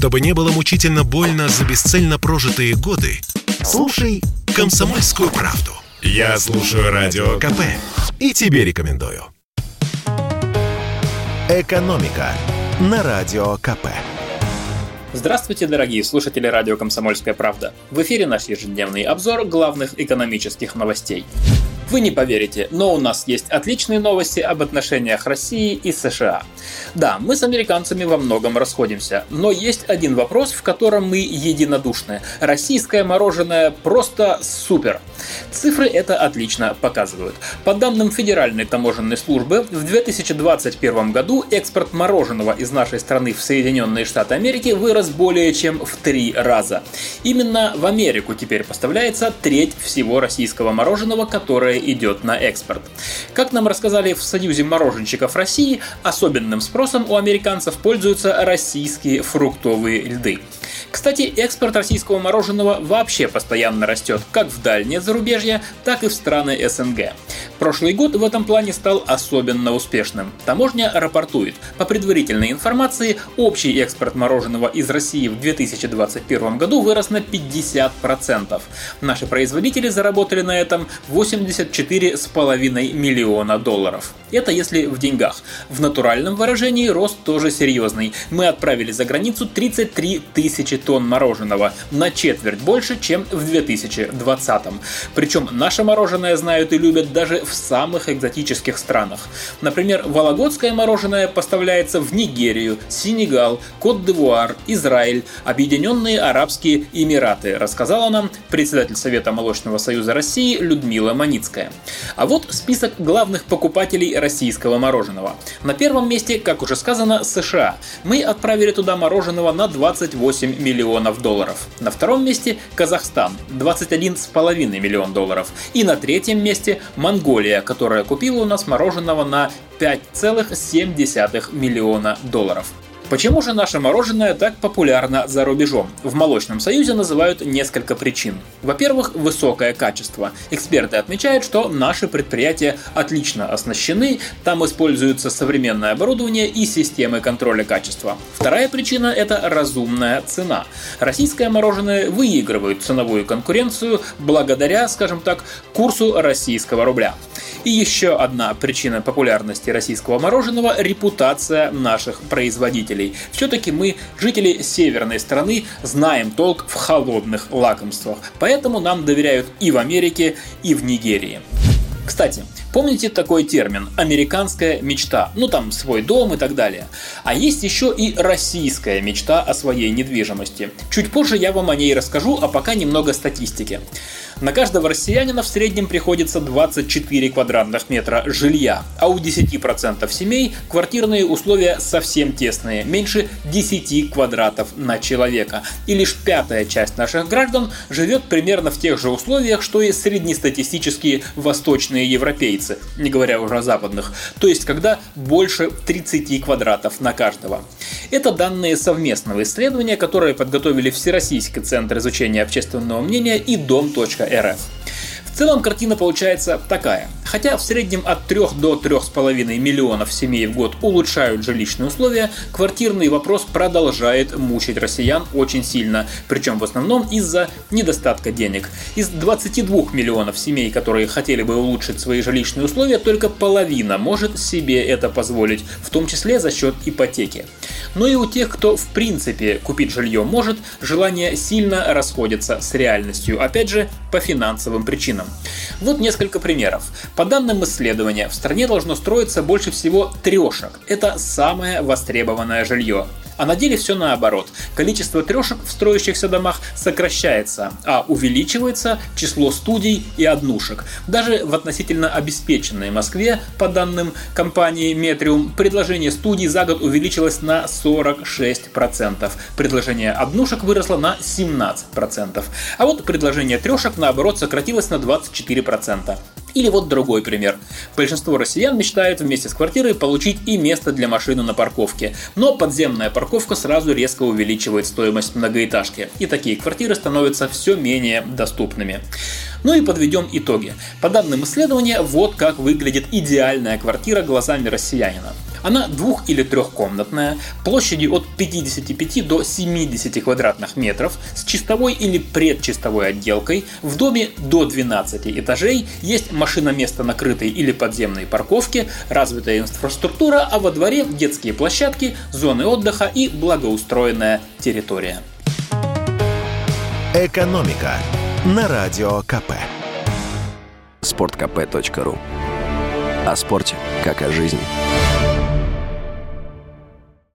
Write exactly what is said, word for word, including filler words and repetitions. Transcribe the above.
Чтобы не было мучительно больно за бесцельно прожитые годы, слушай «Комсомольскую правду». Я слушаю Радио КП и тебе рекомендую. «Экономика» на Радио КП. Здравствуйте, дорогие слушатели радио «Комсомольская правда». В эфире наш ежедневный обзор главных экономических новостей. Вы не поверите, но у нас есть отличные новости об отношениях России и США. Да, мы с американцами во многом расходимся, но есть один вопрос, в котором мы единодушны. Российское мороженое просто супер. Цифры это отлично показывают. По данным Федеральной таможенной службы, в две тысячи двадцать первом году экспорт мороженого из нашей страны в Соединенные Штаты Америки вырос более чем в три раза. Именно в Америку теперь поставляется треть всего российского мороженого, которое идет на экспорт. Как нам рассказали в Союзе мороженщиков России, особенным спросом у американцев пользуются российские фруктовые льды. Кстати, экспорт российского мороженого вообще постоянно растет, как в дальнее зарубежье, так и в страны СНГ. Прошлый год в этом плане стал особенно успешным. Таможня рапортует. По предварительной информации, общий экспорт мороженого из России в две тысячи двадцать первом году вырос на пятьдесят процентов. Наши производители заработали на этом восемьдесят четыре с половиной миллиона долларов. Это если в деньгах. В натуральном выражении рост тоже серьезный. Мы отправили за границу тридцать три тысячи тонн мороженого, на четверть больше, чем в две тысячи двадцатом. Причем наше мороженое знают и любят даже в самых экзотических странах. Например, вологодское мороженое поставляется в Нигерию, Сенегал, Кот-д'Ивуар, Израиль, Объединенные Арабские Эмираты, рассказала нам председатель Совета Молочного союза России Людмила Маницкая. А вот список главных покупателей российского мороженого. На первом месте, как уже сказано, США. Мы отправили туда мороженого на двадцать восемь миллионов долларов. На втором месте Казахстан, двадцать один с половиной миллион долларов. И на третьем месте Монголия, которая купила у нас мороженого на пять целых семь десятых миллиона долларов. Почему же наше мороженое так популярно за рубежом? В Молочном союзе называют несколько причин. Во-первых, высокое качество. Эксперты отмечают, что наши предприятия отлично оснащены, там используется современное оборудование и системы контроля качества. Вторая причина – это разумная цена. Российское мороженое выигрывает ценовую конкуренцию благодаря, скажем так, курсу российского рубля. И еще одна причина популярности российского мороженого – репутация наших производителей. Все-таки мы, жители северной страны, знаем толк в холодных лакомствах, поэтому нам доверяют и в Америке, и в Нигерии. Кстати, помните такой термин «американская мечта», ну там свой дом и так далее. А есть еще и российская мечта о своей недвижимости. Чуть позже я вам о ней расскажу, а пока немного статистики. На каждого россиянина в среднем приходится двадцать четыре квадратных метра жилья, а у десяти процентов семей квартирные условия совсем тесные, меньше десяти квадратов на человека. И лишь пятая часть наших граждан живет примерно в тех же условиях, что и среднестатистические восточные европейцы, не говоря уже о западных, то есть когда больше тридцати квадратов на каждого. Это данные совместного исследования, которое подготовили Всероссийский центр изучения общественного мнения и Дом.рф. В целом картина получается такая. Хотя в среднем от трёх до трёх с половиной миллионов семей в год улучшают жилищные условия, квартирный вопрос продолжает мучить россиян очень сильно, причем в основном из-за недостатка денег. Из двадцати двух миллионов семей, которые хотели бы улучшить свои жилищные условия, только половина может себе это позволить, в том числе за счет ипотеки. Но и у тех, кто в принципе купить жилье может, желание сильно расходится с реальностью, опять же, по финансовым причинам. Вот несколько примеров. По данным исследования, в стране должно строиться больше всего трешек. Это самое востребованное жилье. А на деле все наоборот. Количество трешек в строящихся домах сокращается, а увеличивается число студий и однушек. Даже в относительно обеспеченной Москве, по данным компании Metrium, предложение студий за год увеличилось на сорок шесть процентов. Предложение однушек выросло на семнадцать процентов. А вот предложение трешек, наоборот, сократилось на двадцать четыре процента. Или вот другой пример. Большинство россиян мечтает вместе с квартирой получить и место для машины на парковке, но подземная парковка сразу резко увеличивает стоимость многоэтажки, и такие квартиры становятся все менее доступными. Ну и подведем итоги. По данным исследования, вот как выглядит идеальная квартира глазами россиянина. Она двух- или трехкомнатная, площадью от пятидесяти пяти до семидесяти квадратных метров, с чистовой или предчистовой отделкой, в доме до двенадцати этажей, есть машиноместо накрытой или подземной парковки, развитая инфраструктура, а во дворе детские площадки, зоны отдыха и благоустроенная территория. Экономика на Радио КП. спорт кэ пэ точка ру. О спорте, как о жизни.